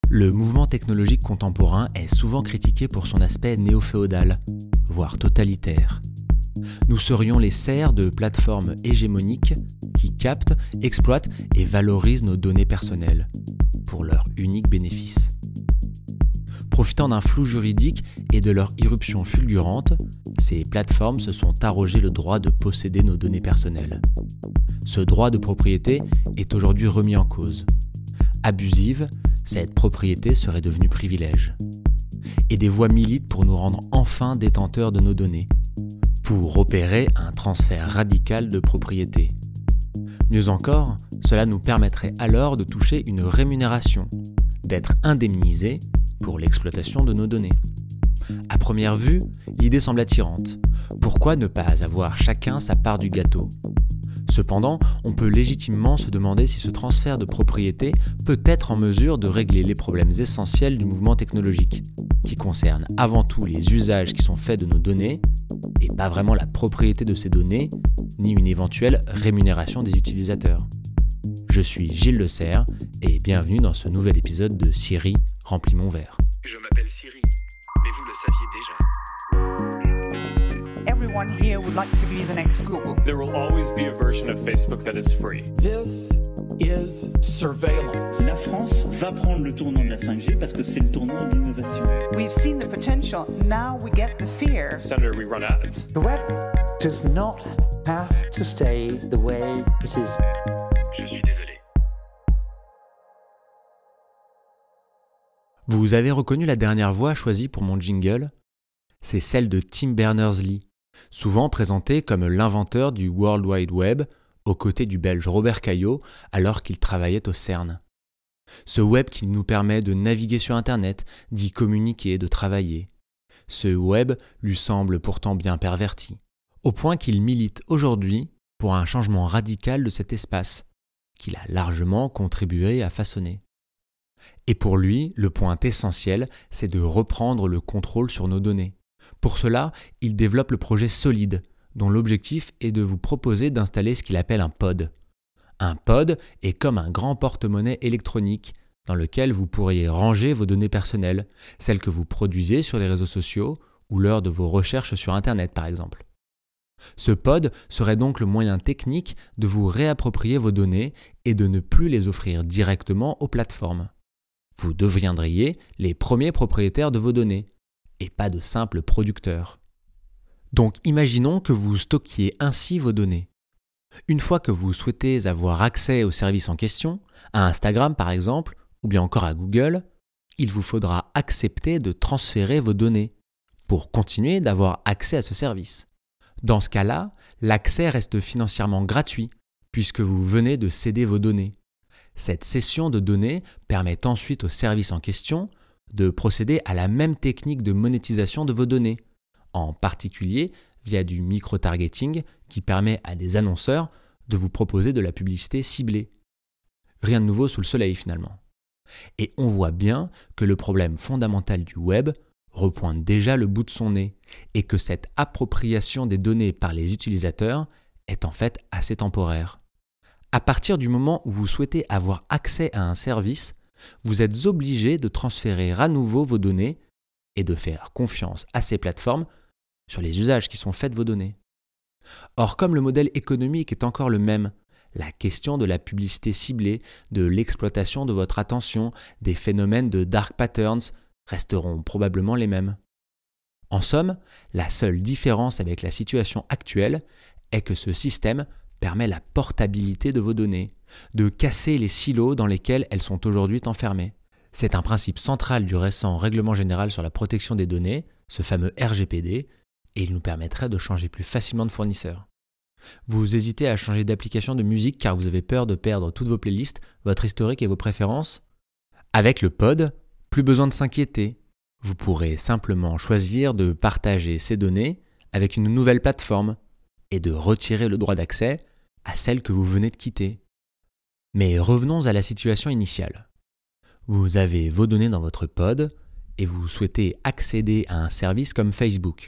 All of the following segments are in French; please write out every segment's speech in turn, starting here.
Le mouvement technologique contemporain est souvent critiqué pour son aspect néo-féodal, voire totalitaire. Nous serions les serfs de plateformes hégémoniques qui captent, exploitent et valorisent nos données personnelles, pour leur unique bénéfice. Profitant d'un flou juridique et de leur irruption fulgurante, ces plateformes se sont arrogées le droit de posséder nos données personnelles. Ce droit de propriété est aujourd'hui remis en cause. Abusive, cette propriété serait devenue privilège. Et des voix militent pour nous rendre enfin détenteurs de nos données, pour opérer un transfert radical de propriété. Mieux encore, cela nous permettrait alors de toucher une rémunération, d'être indemnisés pour l'exploitation de nos données. À première vue, l'idée semble attirante. Pourquoi ne pas avoir chacun sa part du gâteau ? Cependant, on peut légitimement se demander si ce transfert de propriété peut être en mesure de régler les problèmes essentiels du mouvement technologique, qui concernent avant tout les usages qui sont faits de nos données, et pas vraiment la propriété de ces données, ni une éventuelle rémunération des utilisateurs. Je suis Gilles Le Serre, et bienvenue dans ce nouvel épisode de Siri remplit mon verre. Je m'appelle Siri, mais vous le saviez déjà. Everyone here would like to be the next Google. There will always be a version of Facebook that is free. This is surveillance. La France va prendre le tournant de la 5G parce que c'est le tournant de l'innovation. We've seen the potential, now we get the fear. Senator, we run ads. The web does not have to stay the way it is. Je suis désolé. Vous avez reconnu la dernière voix choisie pour mon jingle ? C'est celle de Tim Berners-Lee, souvent présenté comme l'inventeur du World Wide Web, aux côtés du Belge Robert Caillot, alors qu'il travaillait au CERN. Ce web qui nous permet de naviguer sur Internet, d'y communiquer, de travailler. Ce web lui semble pourtant bien perverti, au point qu'il milite aujourd'hui pour un changement radical de cet espace, qu'il a largement contribué à façonner. Et pour lui, le point essentiel, c'est de reprendre le contrôle sur nos données. Pour cela, il développe le projet Solid, dont l'objectif est de vous proposer d'installer ce qu'il appelle un pod. Un pod est comme un grand porte-monnaie électronique dans lequel vous pourriez ranger vos données personnelles, celles que vous produisez sur les réseaux sociaux ou lors de vos recherches sur Internet par exemple. Ce pod serait donc le moyen technique de vous réapproprier vos données et de ne plus les offrir directement aux plateformes. Vous deviendriez les premiers propriétaires de vos données, et pas de simples producteurs. Donc imaginons que vous stockiez ainsi vos données. Une fois que vous souhaitez avoir accès au service en question, à Instagram par exemple, ou bien encore à Google, il vous faudra accepter de transférer vos données pour continuer d'avoir accès à ce service. Dans ce cas-là, l'accès reste financièrement gratuit puisque vous venez de céder vos données. Cette cession de données permet ensuite au service en question de procéder à la même technique de monétisation de vos données, en particulier via du micro-targeting qui permet à des annonceurs de vous proposer de la publicité ciblée. Rien de nouveau sous le soleil finalement. Et on voit bien que le problème fondamental du web repointe déjà le bout de son nez et que cette appropriation des données par les utilisateurs est en fait assez temporaire. À partir du moment où vous souhaitez avoir accès à un service, vous êtes obligé de transférer à nouveau vos données et de faire confiance à ces plateformes sur les usages qui sont faits de vos données. Or, comme le modèle économique est encore le même, la question de la publicité ciblée, de l'exploitation de votre attention, des phénomènes de dark patterns resteront probablement les mêmes. En somme, la seule différence avec la situation actuelle est que ce système permet la portabilité de vos données, de casser les silos dans lesquels elles sont aujourd'hui enfermées. C'est un principe central du récent Règlement général sur la protection des données, ce fameux RGPD, et il nous permettrait de changer plus facilement de fournisseur. Vous hésitez à changer d'application de musique car vous avez peur de perdre toutes vos playlists, votre historique et vos préférences ? Avec le pod, plus besoin de s'inquiéter. Vous pourrez simplement choisir de partager ces données avec une nouvelle plateforme et de retirer le droit d'accès à celle que vous venez de quitter. Mais revenons à la situation initiale. Vous avez vos données dans votre pod et vous souhaitez accéder à un service comme Facebook.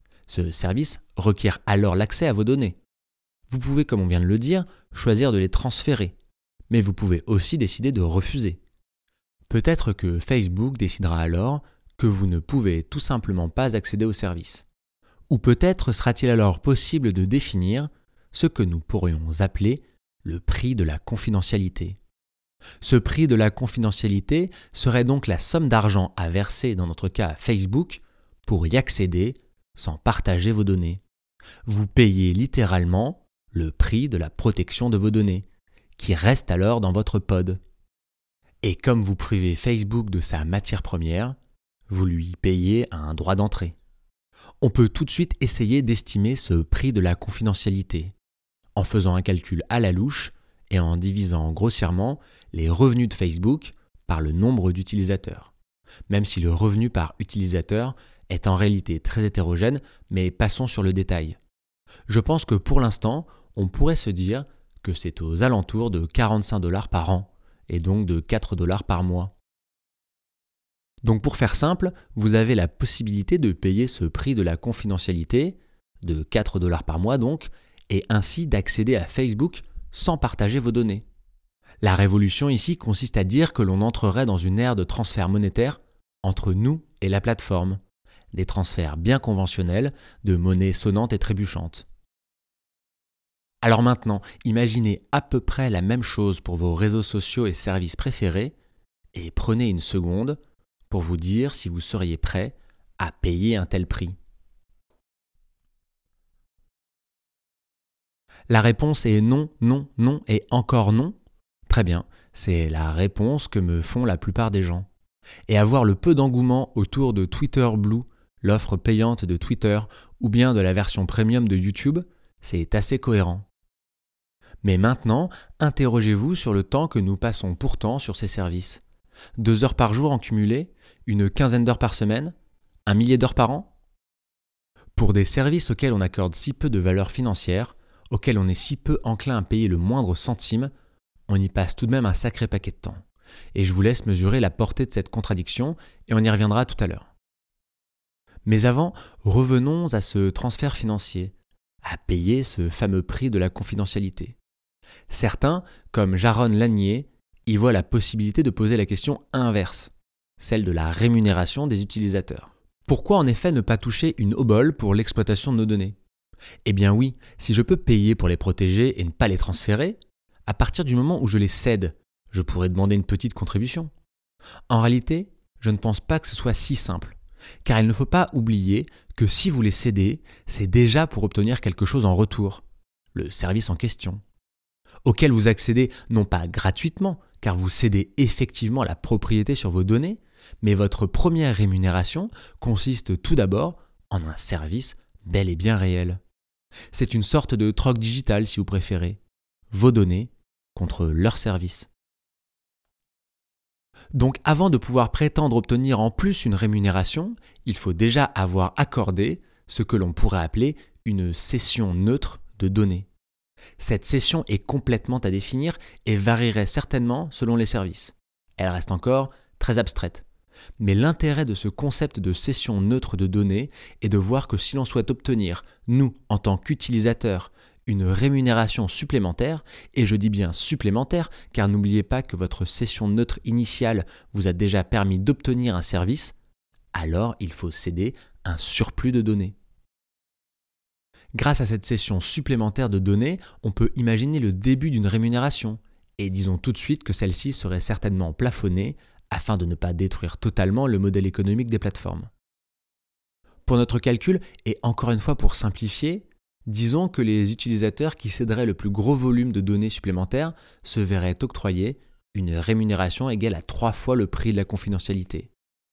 Ce service requiert alors l'accès à vos données. Vous pouvez, comme on vient de le dire, choisir de les transférer, mais vous pouvez aussi décider de refuser. Peut-être que Facebook décidera alors que vous ne pouvez tout simplement pas accéder au service. Ou peut-être sera-t-il alors possible de définir ce que nous pourrions appeler le prix de la confidentialité. Ce prix de la confidentialité serait donc la somme d'argent à verser, dans notre cas à Facebook, pour y accéder sans partager vos données. Vous payez littéralement le prix de la protection de vos données, qui reste alors dans votre pod. Et comme vous privez Facebook de sa matière première, vous lui payez un droit d'entrée. On peut tout de suite essayer d'estimer ce prix de la confidentialité, en faisant un calcul à la louche et en divisant grossièrement les revenus de Facebook par le nombre d'utilisateurs. Même si le revenu par utilisateur est en réalité très hétérogène, mais passons sur le détail. Je pense que pour l'instant, on pourrait se dire que c'est aux alentours de 45 $ par an, et donc de 4 $ par mois. Donc pour faire simple, vous avez la possibilité de payer ce prix de la confidentialité, de 4 $ par mois donc, et ainsi d'accéder à Facebook sans partager vos données. La révolution ici consiste à dire que l'on entrerait dans une ère de transfert monétaire entre nous et la plateforme, des transferts bien conventionnels de monnaie sonnante et trébuchante. Alors maintenant, imaginez à peu près la même chose pour vos réseaux sociaux et services préférés et prenez une seconde pour vous dire si vous seriez prêt à payer un tel prix. La réponse est non, non, non et encore non. Très bien, c'est la réponse que me font la plupart des gens. Et avoir le peu d'engouement autour de Twitter Blue, l'offre payante de Twitter, ou bien de la version premium de YouTube, c'est assez cohérent. Mais maintenant, interrogez-vous sur le temps que nous passons pourtant sur ces services. 2 heures par jour en cumulé, une quinzaine d'heures par semaine, 1 millier d'heures par an? Pour des services auxquels on accorde si peu de valeur financière, auxquels on est si peu enclin à payer le moindre centime, on y passe tout de même un sacré paquet de temps. Et je vous laisse mesurer la portée de cette contradiction et on y reviendra tout à l'heure. Mais avant, revenons à ce transfert financier, à payer ce fameux prix de la confidentialité. Certains, comme Jaron Lanier, y voient la possibilité de poser la question inverse, celle de la rémunération des utilisateurs. Pourquoi en effet ne pas toucher une obole pour l'exploitation de nos données? Eh bien oui, si je peux payer pour les protéger et ne pas les transférer, à partir du moment où je les cède, je pourrais demander une petite contribution. En réalité, je ne pense pas que ce soit si simple, car il ne faut pas oublier que si vous les cédez, c'est déjà pour obtenir quelque chose en retour, le service en question, auquel vous accédez non pas gratuitement, car vous cédez effectivement la propriété sur vos données, mais votre première rémunération consiste tout d'abord en un service bel et bien réel. C'est une sorte de troc digital si vous préférez, vos données contre leur service. Donc avant de pouvoir prétendre obtenir en plus une rémunération, il faut déjà avoir accordé ce que l'on pourrait appeler une cession neutre de données. Cette cession est complètement à définir et varierait certainement selon les services. Elle reste encore très abstraite. Mais l'intérêt de ce concept de cession neutre de données est de voir que si l'on souhaite obtenir, nous, en tant qu'utilisateurs, une rémunération supplémentaire, et je dis bien supplémentaire, car n'oubliez pas que votre cession neutre initiale vous a déjà permis d'obtenir un service, alors il faut céder un surplus de données. Grâce à cette cession supplémentaire de données, on peut imaginer le début d'une rémunération, et disons tout de suite que celle-ci serait certainement plafonnée afin de ne pas détruire totalement le modèle économique des plateformes. Pour notre calcul, et encore une fois pour simplifier, disons que les utilisateurs qui céderaient le plus gros volume de données supplémentaires se verraient octroyer une rémunération égale à 3 fois le prix de la confidentialité.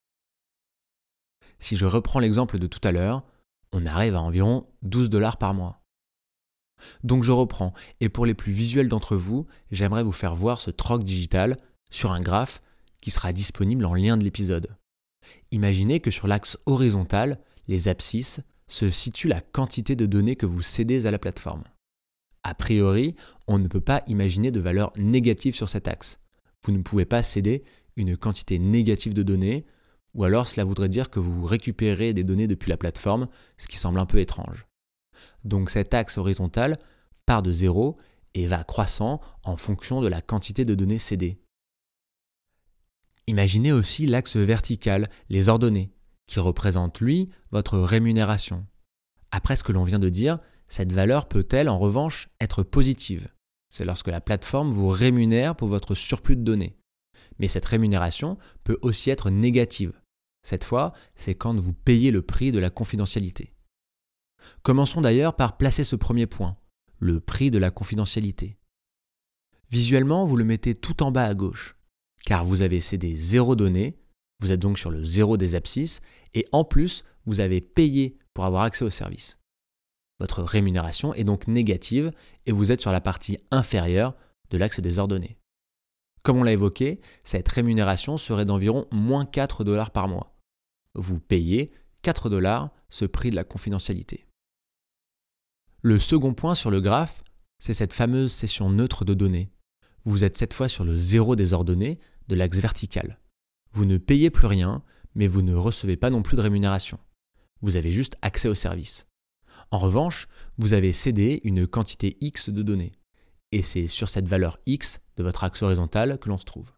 Si je reprends l'exemple de tout à l'heure, on arrive à environ 12 $ par mois. Donc je reprends, et pour les plus visuels d'entre vous, j'aimerais vous faire voir ce troc digital sur un graphe qui sera disponible en lien de l'épisode. Imaginez que sur l'axe horizontal, les abscisses, se situe la quantité de données que vous cédez à la plateforme. A priori, on ne peut pas imaginer de valeur négative sur cet axe. Vous ne pouvez pas céder une quantité négative de données, ou alors cela voudrait dire que vous récupérez des données depuis la plateforme, ce qui semble un peu étrange. Donc cet axe horizontal part de 0 et va croissant en fonction de la quantité de données cédées. Imaginez aussi l'axe vertical, les ordonnées, qui représente, lui, votre rémunération. Après ce que l'on vient de dire, cette valeur peut-elle, en revanche, être positive? C'est lorsque la plateforme vous rémunère pour votre surplus de données. Mais cette rémunération peut aussi être négative. Cette fois, c'est quand vous payez le prix de la confidentialité. Commençons d'ailleurs par placer ce premier point, le prix de la confidentialité. Visuellement, vous le mettez tout en bas à gauche, car vous avez cédé 0 données, vous êtes donc sur le 0 des abscisses, et en plus, vous avez payé pour avoir accès au service. Votre rémunération est donc négative et vous êtes sur la partie inférieure de l'axe des ordonnées. Comme on l'a évoqué, cette rémunération serait d'environ moins 4 $ par mois. Vous payez 4 $ ce prix de la confidentialité. Le second point sur le graphe, c'est cette fameuse session neutre de données. Vous êtes cette fois sur le 0 des ordonnées de l'axe vertical. Vous ne payez plus rien, mais vous ne recevez pas non plus de rémunération. Vous avez juste accès au service. En revanche, vous avez cédé une quantité X de données. Et c'est sur cette valeur X de votre axe horizontal que l'on se trouve.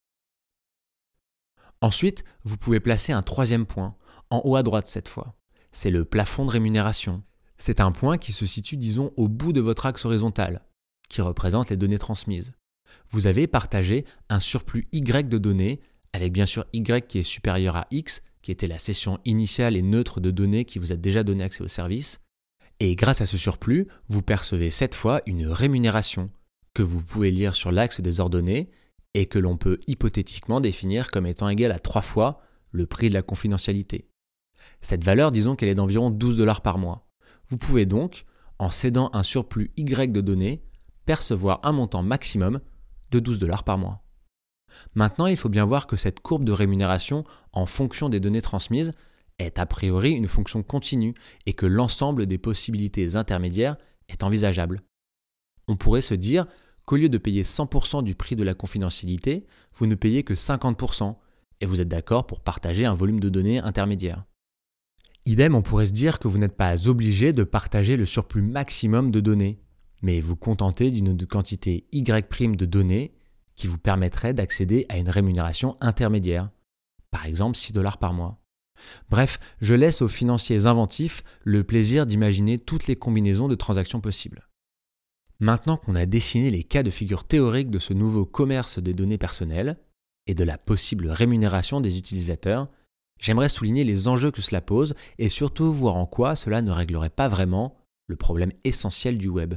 Ensuite, vous pouvez placer un troisième point, en haut à droite cette fois. C'est le plafond de rémunération. C'est un point qui se situe, disons, au bout de votre axe horizontal, qui représente les données transmises. Vous avez partagé un surplus Y de données, avec bien sûr Y qui est supérieur à X, qui était la session initiale et neutre de données qui vous a déjà donné accès au service. Et grâce à ce surplus, vous percevez cette fois une rémunération que vous pouvez lire sur l'axe des ordonnées et que l'on peut hypothétiquement définir comme étant égale à 3 fois le prix de la confidentialité. Cette valeur, disons qu'elle est d'environ 12 $ par mois. Vous pouvez donc, en cédant un surplus Y de données, percevoir un montant maximum de 12 $ par mois. Maintenant, il faut bien voir que cette courbe de rémunération en fonction des données transmises est a priori une fonction continue et que l'ensemble des possibilités intermédiaires est envisageable. On pourrait se dire qu'au lieu de payer 100% du prix de la confidentialité, vous ne payez que 50% et vous êtes d'accord pour partager un volume de données intermédiaire. Idem, on pourrait se dire que vous n'êtes pas obligé de partager le surplus maximum de données, mais vous contentez d'une quantité Y' de données qui vous permettrait d'accéder à une rémunération intermédiaire, par exemple 6 $ par mois. Bref, je laisse aux financiers inventifs le plaisir d'imaginer toutes les combinaisons de transactions possibles. Maintenant qu'on a dessiné les cas de figure théoriques de ce nouveau commerce des données personnelles et de la possible rémunération des utilisateurs, j'aimerais souligner les enjeux que cela pose et surtout voir en quoi cela ne réglerait pas vraiment le problème essentiel du web.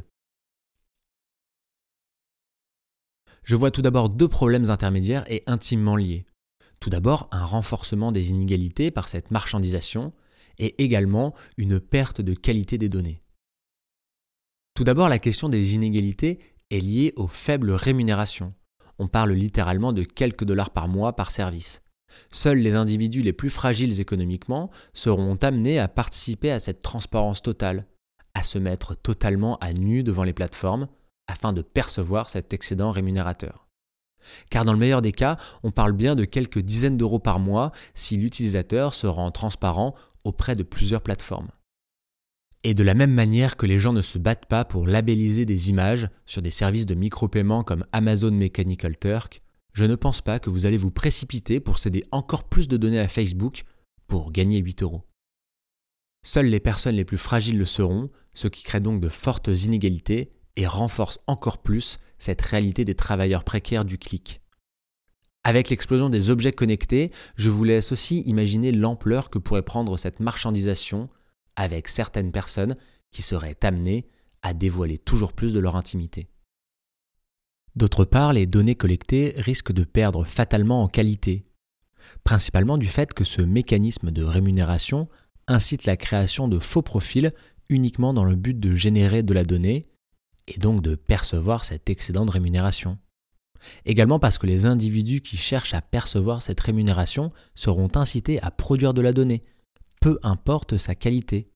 Je vois tout d'abord 2 problèmes intermédiaires et intimement liés. Tout d'abord, un renforcement des inégalités par cette marchandisation et également une perte de qualité des données. Tout d'abord, la question des inégalités est liée aux faibles rémunérations. On parle littéralement de quelques dollars par mois par service. Seuls les individus les plus fragiles économiquement seront amenés à participer à cette transparence totale, à se mettre totalement à nu devant les plateformes afin de percevoir cet excédent rémunérateur. Car dans le meilleur des cas, on parle bien de quelques dizaines d'euros par mois si l'utilisateur se rend transparent auprès de plusieurs plateformes. Et de la même manière que les gens ne se battent pas pour labelliser des images sur des services de micro-paiement comme Amazon Mechanical Turk, je ne pense pas que vous allez vous précipiter pour céder encore plus de données à Facebook pour gagner 8 euros. Seules les personnes les plus fragiles le seront, ce qui crée donc de fortes inégalités et renforce encore plus cette réalité des travailleurs précaires du clic. Avec l'explosion des objets connectés, je vous laisse aussi imaginer l'ampleur que pourrait prendre cette marchandisation avec certaines personnes qui seraient amenées à dévoiler toujours plus de leur intimité. D'autre part, les données collectées risquent de perdre fatalement en qualité, principalement du fait que ce mécanisme de rémunération incite la création de faux profils uniquement dans le but de générer de la donnée et donc de percevoir cet excédent de rémunération. Également parce que les individus qui cherchent à percevoir cette rémunération seront incités à produire de la donnée, peu importe sa qualité.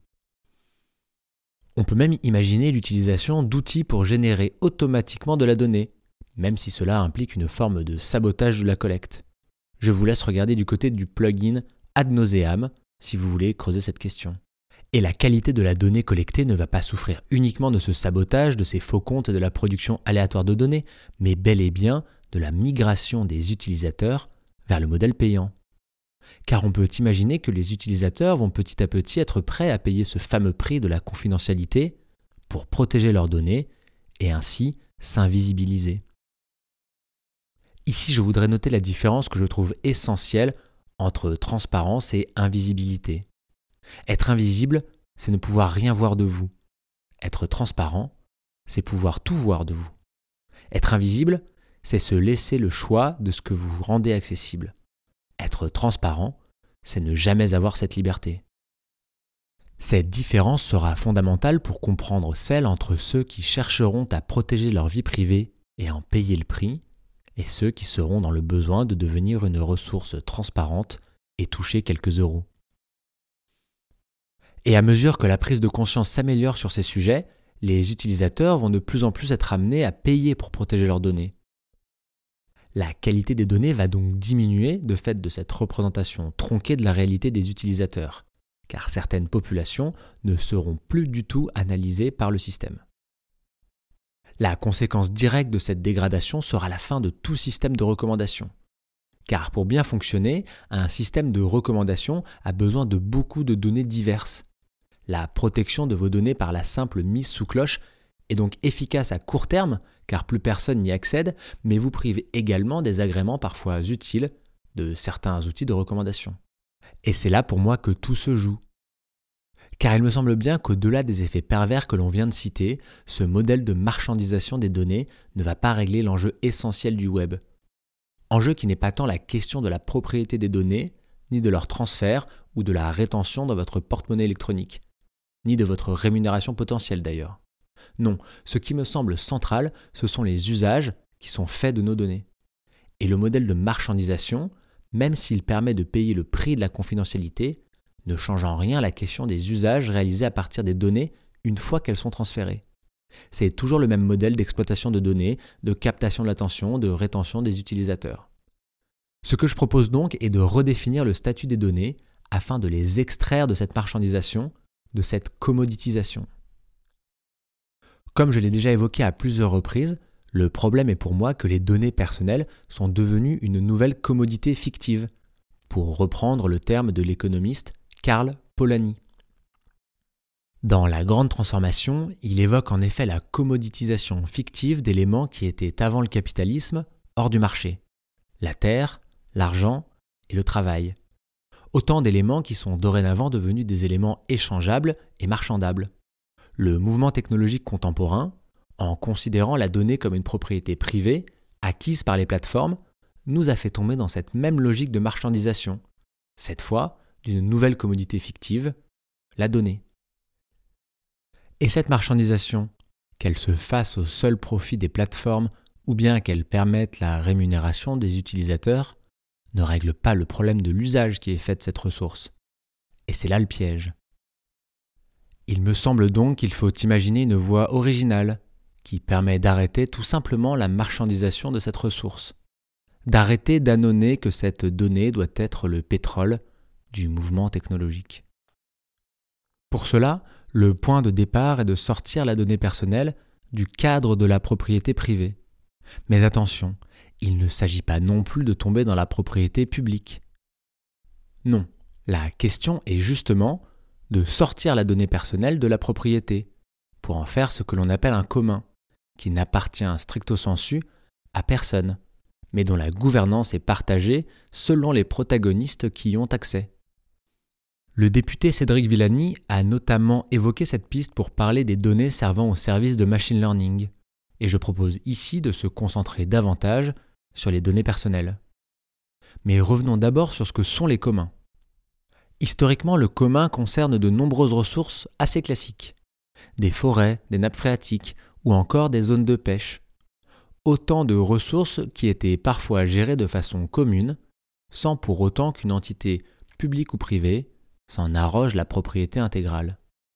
On peut même imaginer l'utilisation d'outils pour générer automatiquement de la donnée, même si cela implique une forme de sabotage de la collecte. Je vous laisse regarder du côté du plugin Ad Nauseam si vous voulez creuser cette question. Et la qualité de la donnée collectée ne va pas souffrir uniquement de ce sabotage, de ces faux comptes et de la production aléatoire de données, mais bel et bien de la migration des utilisateurs vers le modèle payant. Car on peut imaginer que les utilisateurs vont petit à petit être prêts à payer ce fameux prix de la confidentialité pour protéger leurs données et ainsi s'invisibiliser. Ici, je voudrais noter la différence que je trouve essentielle entre transparence et invisibilité. Être invisible, c'est ne pouvoir rien voir de vous. Être transparent, c'est pouvoir tout voir de vous. Être invisible, c'est se laisser le choix de ce que vous rendez accessible. Être transparent, c'est ne jamais avoir cette liberté. Cette différence sera fondamentale pour comprendre celle entre ceux qui chercheront à protéger leur vie privée et à en payer le prix, et ceux qui seront dans le besoin de devenir une ressource transparente et toucher quelques euros. Et à mesure que la prise de conscience s'améliore sur ces sujets, les utilisateurs vont de plus en plus être amenés à payer pour protéger leurs données. La qualité des données va donc diminuer de fait de cette représentation tronquée de la réalité des utilisateurs, car certaines populations ne seront plus du tout analysées par le système. La conséquence directe de cette dégradation sera la fin de tout système de recommandation. Car pour bien fonctionner, un système de recommandation a besoin de beaucoup de données diverses. La protection de vos données par la simple mise sous cloche est donc efficace à court terme, car plus personne n'y accède, mais vous prive également des agréments parfois utiles de certains outils de recommandation. Et c'est là pour moi que tout se joue. Car il me semble bien qu'au-delà des effets pervers que l'on vient de citer, ce modèle de marchandisation des données ne va pas régler l'enjeu essentiel du web. Enjeu qui n'est pas tant la question de la propriété des données, ni de leur transfert ou de la rétention dans votre porte-monnaie électronique, ni de votre rémunération potentielle d'ailleurs. Non, ce qui me semble central, ce sont les usages qui sont faits de nos données. Et le modèle de marchandisation, même s'il permet de payer le prix de la confidentialité, ne change en rien la question des usages réalisés à partir des données une fois qu'elles sont transférées. C'est toujours le même modèle d'exploitation de données, de captation de l'attention, de rétention des utilisateurs. Ce que je propose donc est de redéfinir le statut des données afin de les extraire de cette marchandisation, de cette commoditisation. Comme je l'ai déjà évoqué à plusieurs reprises, le problème est pour moi que les données personnelles sont devenues une nouvelle commodité fictive, pour reprendre le terme de l'économiste Karl Polanyi. Dans La Grande Transformation, il évoque en effet la commoditisation fictive d'éléments qui étaient avant le capitalisme hors du marché. La terre, l'argent et le travail. Autant d'éléments qui sont dorénavant devenus des éléments échangeables et marchandables. Le mouvement technologique contemporain, en considérant la donnée comme une propriété privée, acquise par les plateformes, nous a fait tomber dans cette même logique de marchandisation, cette fois d'une nouvelle commodité fictive, la donnée. Et cette marchandisation, qu'elle se fasse au seul profit des plateformes ou bien qu'elle permette la rémunération des utilisateurs, ne règle pas le problème de l'usage qui est fait de cette ressource. Et c'est là le piège. Il me semble donc qu'il faut imaginer une voie originale qui permet d'arrêter tout simplement la marchandisation de cette ressource, d'arrêter d'annoncer que cette donnée doit être le pétrole du mouvement technologique. Pour cela, le point de départ est de sortir la donnée personnelle du cadre de la propriété privée. Mais attention, il ne s'agit pas non plus de tomber dans la propriété publique. Non, la question est justement de sortir la donnée personnelle de la propriété, pour en faire ce que l'on appelle un commun, qui n'appartient stricto sensu à personne, mais dont la gouvernance est partagée selon les protagonistes qui y ont accès. Le député Cédric Villani a notamment évoqué cette piste pour parler des données servant au service de machine learning, et je propose ici de se concentrer davantage sur les données personnelles. Mais revenons d'abord sur ce que sont les communs. Historiquement, le commun concerne de nombreuses ressources assez classiques. Des forêts, des nappes phréatiques ou encore des zones de pêche. Autant de ressources qui étaient parfois gérées de façon commune, sans pour autant qu'une entité publique ou privée s'en arroge la propriété intégrale.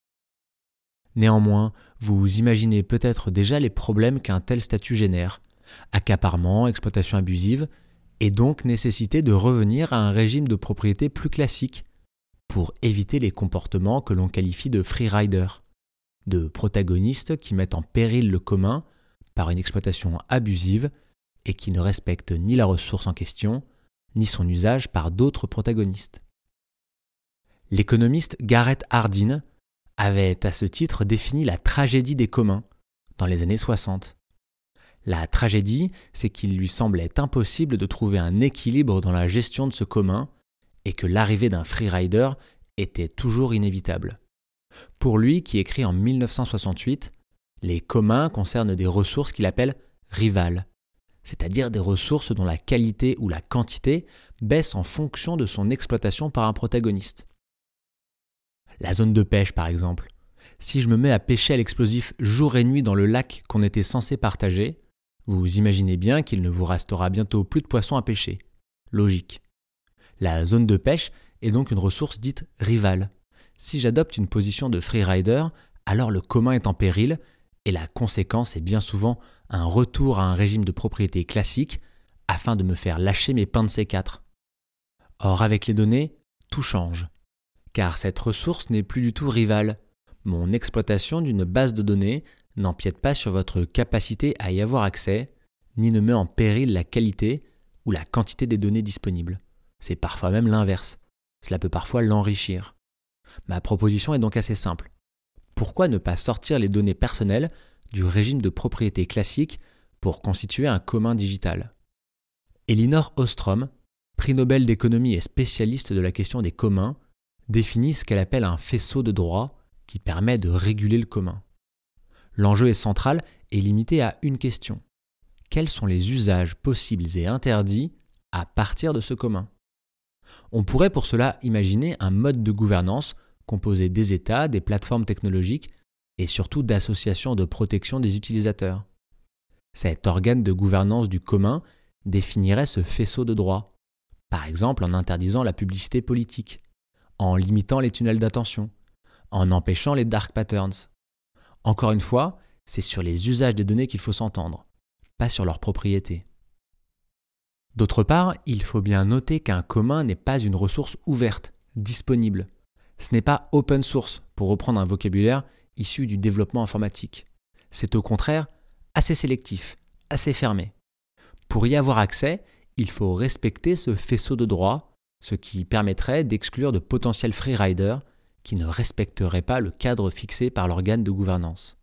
Néanmoins, vous imaginez peut-être déjà les problèmes qu'un tel statut génère, accaparement, exploitation abusive, et donc nécessité de revenir à un régime de propriété plus classique pour éviter les comportements que l'on qualifie de freerider, de protagonistes qui mettent en péril le commun par une exploitation abusive et qui ne respectent ni la ressource en question, ni son usage par d'autres protagonistes. L'économiste Garrett Hardin avait à ce titre défini la tragédie des communs dans les années 60. La tragédie, c'est qu'il lui semblait impossible de trouver un équilibre dans la gestion de ce commun et que l'arrivée d'un freerider était toujours inévitable. Pour lui, qui écrit en 1968, les communs concernent des ressources qu'il appelle rivales, c'est-à-dire des ressources dont la qualité ou la quantité baisse en fonction de son exploitation par un protagoniste. La zone de pêche, par exemple. Si je me mets à pêcher à l'explosif jour et nuit dans le lac qu'on était censé partager, vous imaginez bien qu'il ne vous restera bientôt plus de poissons à pêcher. Logique. La zone de pêche est donc une ressource dite rivale. Si j'adopte une position de freerider, alors le commun est en péril et la conséquence est bien souvent un retour à un régime de propriété classique afin de me faire lâcher mes pains de C4. Or, avec les données, tout change. Car cette ressource n'est plus du tout rivale. Mon exploitation d'une base de données n'empiète pas sur votre capacité à y avoir accès, ni ne met en péril la qualité ou la quantité des données disponibles. C'est parfois même l'inverse. Cela peut parfois l'enrichir. Ma proposition est donc assez simple. Pourquoi ne pas sortir les données personnelles du régime de propriété classique pour constituer un commun digital ? Elinor Ostrom, prix Nobel d'économie et spécialiste de la question des communs, définit ce qu'elle appelle un faisceau de droit qui permet de réguler le commun. L'enjeu est central et limité à une question. Quels sont les usages possibles et interdits à partir de ce commun ? On pourrait pour cela imaginer un mode de gouvernance composé des États, des plateformes technologiques et surtout d'associations de protection des utilisateurs. Cet organe de gouvernance du commun définirait ce faisceau de droits, par exemple en interdisant la publicité politique, en limitant les tunnels d'attention, en empêchant les dark patterns. Encore une fois, c'est sur les usages des données qu'il faut s'entendre, pas sur leur propriété. D'autre part, il faut bien noter qu'un commun n'est pas une ressource ouverte, disponible. Ce n'est pas open source, pour reprendre un vocabulaire issu du développement informatique. C'est au contraire assez sélectif, assez fermé. Pour y avoir accès, il faut respecter ce faisceau de droits, ce qui permettrait d'exclure de potentiels freeriders qui ne respecteraient pas le cadre fixé par l'organe de gouvernance.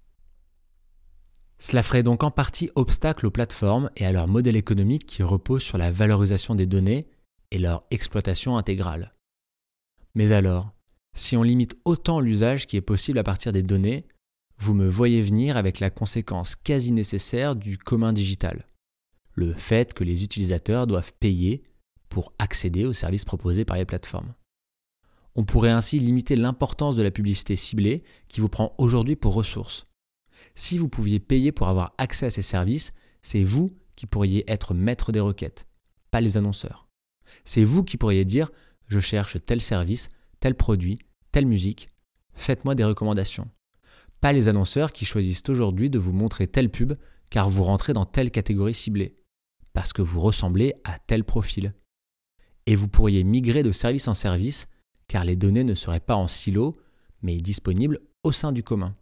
Cela ferait donc en partie obstacle aux plateformes et à leur modèle économique qui repose sur la valorisation des données et leur exploitation intégrale. Mais alors, si on limite autant l'usage qui est possible à partir des données, vous me voyez venir avec la conséquence quasi nécessaire du commun digital. Le fait que les utilisateurs doivent payer pour accéder aux services proposés par les plateformes. On pourrait ainsi limiter l'importance de la publicité ciblée qui vous prend aujourd'hui pour ressource. Si vous pouviez payer pour avoir accès à ces services, c'est vous qui pourriez être maître des requêtes, pas les annonceurs. C'est vous qui pourriez dire « je cherche tel service, tel produit, telle musique, faites-moi des recommandations ». Pas les annonceurs qui choisissent aujourd'hui de vous montrer telle pub car vous rentrez dans telle catégorie ciblée, parce que vous ressemblez à tel profil. Et vous pourriez migrer de service en service car les données ne seraient pas en silo, mais disponibles au sein du commun.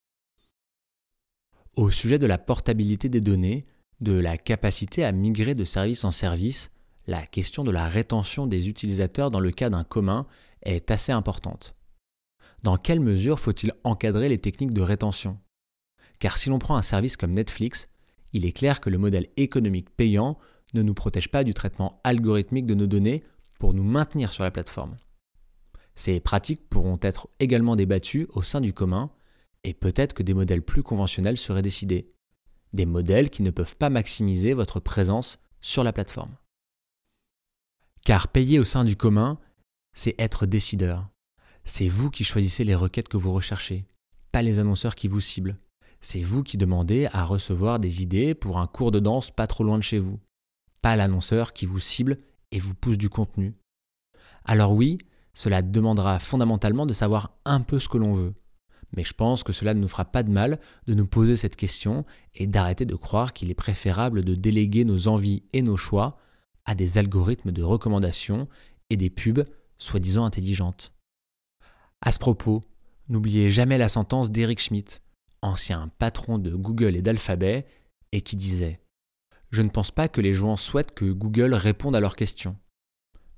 Au sujet de la portabilité des données, de la capacité à migrer de service en service, la question de la rétention des utilisateurs dans le cas d'un commun est assez importante. Dans quelle mesure faut-il encadrer les techniques de rétention ? Car si l'on prend un service comme Netflix, il est clair que le modèle économique payant ne nous protège pas du traitement algorithmique de nos données pour nous maintenir sur la plateforme. Ces pratiques pourront être également débattues au sein du commun et peut-être que des modèles plus conventionnels seraient décidés. Des modèles qui ne peuvent pas maximiser votre présence sur la plateforme. Car payer au sein du commun, c'est être décideur. C'est vous qui choisissez les requêtes que vous recherchez, pas les annonceurs qui vous ciblent. C'est vous qui demandez à recevoir des idées pour un cours de danse pas trop loin de chez vous, pas l'annonceur qui vous cible et vous pousse du contenu. Alors oui, cela demandera fondamentalement de savoir un peu ce que l'on veut. Mais je pense que cela ne nous fera pas de mal de nous poser cette question et d'arrêter de croire qu'il est préférable de déléguer nos envies et nos choix à des algorithmes de recommandation et des pubs soi-disant intelligentes. À ce propos, n'oubliez jamais la sentence d'Eric Schmidt, ancien patron de Google et d'Alphabet, et qui disait « Je ne pense pas que les gens souhaitent que Google réponde à leurs questions.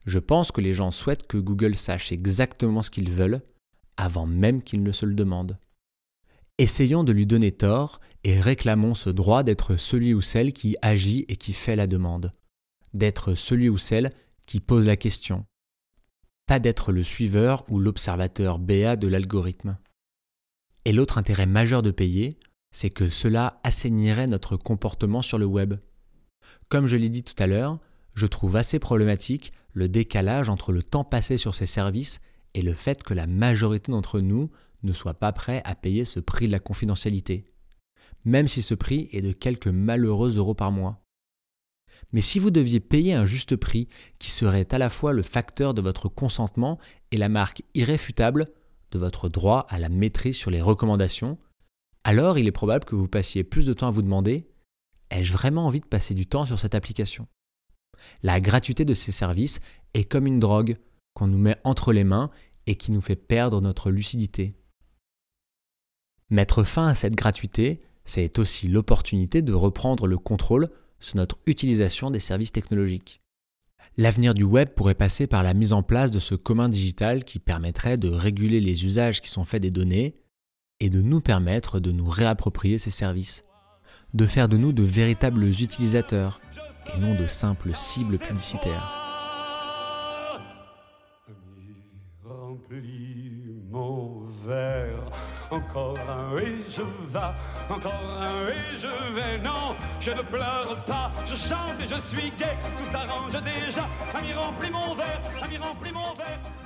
Je pense que les gens souhaitent que Google sache exactement ce qu'ils veulent avant même qu'ils ne se le demandent. Essayons de lui donner tort et réclamons ce droit d'être celui ou celle qui agit et qui fait la demande, d'être celui ou celle qui pose la question, pas d'être le suiveur ou l'observateur béat de l'algorithme. Et l'autre intérêt majeur de payer, c'est que cela assainirait notre comportement sur le web. Comme je l'ai dit tout à l'heure, je trouve assez problématique le décalage entre le temps passé sur ces services et le fait que la majorité d'entre nous ne soit pas prêt à payer ce prix de la confidentialité, même si ce prix est de quelques malheureux euros par mois. Mais si vous deviez payer un juste prix qui serait à la fois le facteur de votre consentement et la marque irréfutable de votre droit à la maîtrise sur les recommandations, alors il est probable que vous passiez plus de temps à vous demander « Ai-je vraiment envie de passer du temps sur cette application ?» La gratuité de ces services est comme une drogue qu'on nous met entre les mains et qui nous fait perdre notre lucidité. Mettre fin à cette gratuité, c'est aussi l'opportunité de reprendre le contrôle sur notre utilisation des services technologiques. L'avenir du web pourrait passer par la mise en place de ce commun digital qui permettrait de réguler les usages qui sont faits des données et de nous permettre de nous réapproprier ces services, de faire de nous de véritables utilisateurs et non de simples cibles publicitaires. Remplis mon verre, encore un et je vais, encore un et je vais. Non, je ne pleure pas, je chante et je suis gai, tout s'arrange déjà. Ami, remplis mon verre, ami, remplis mon verre.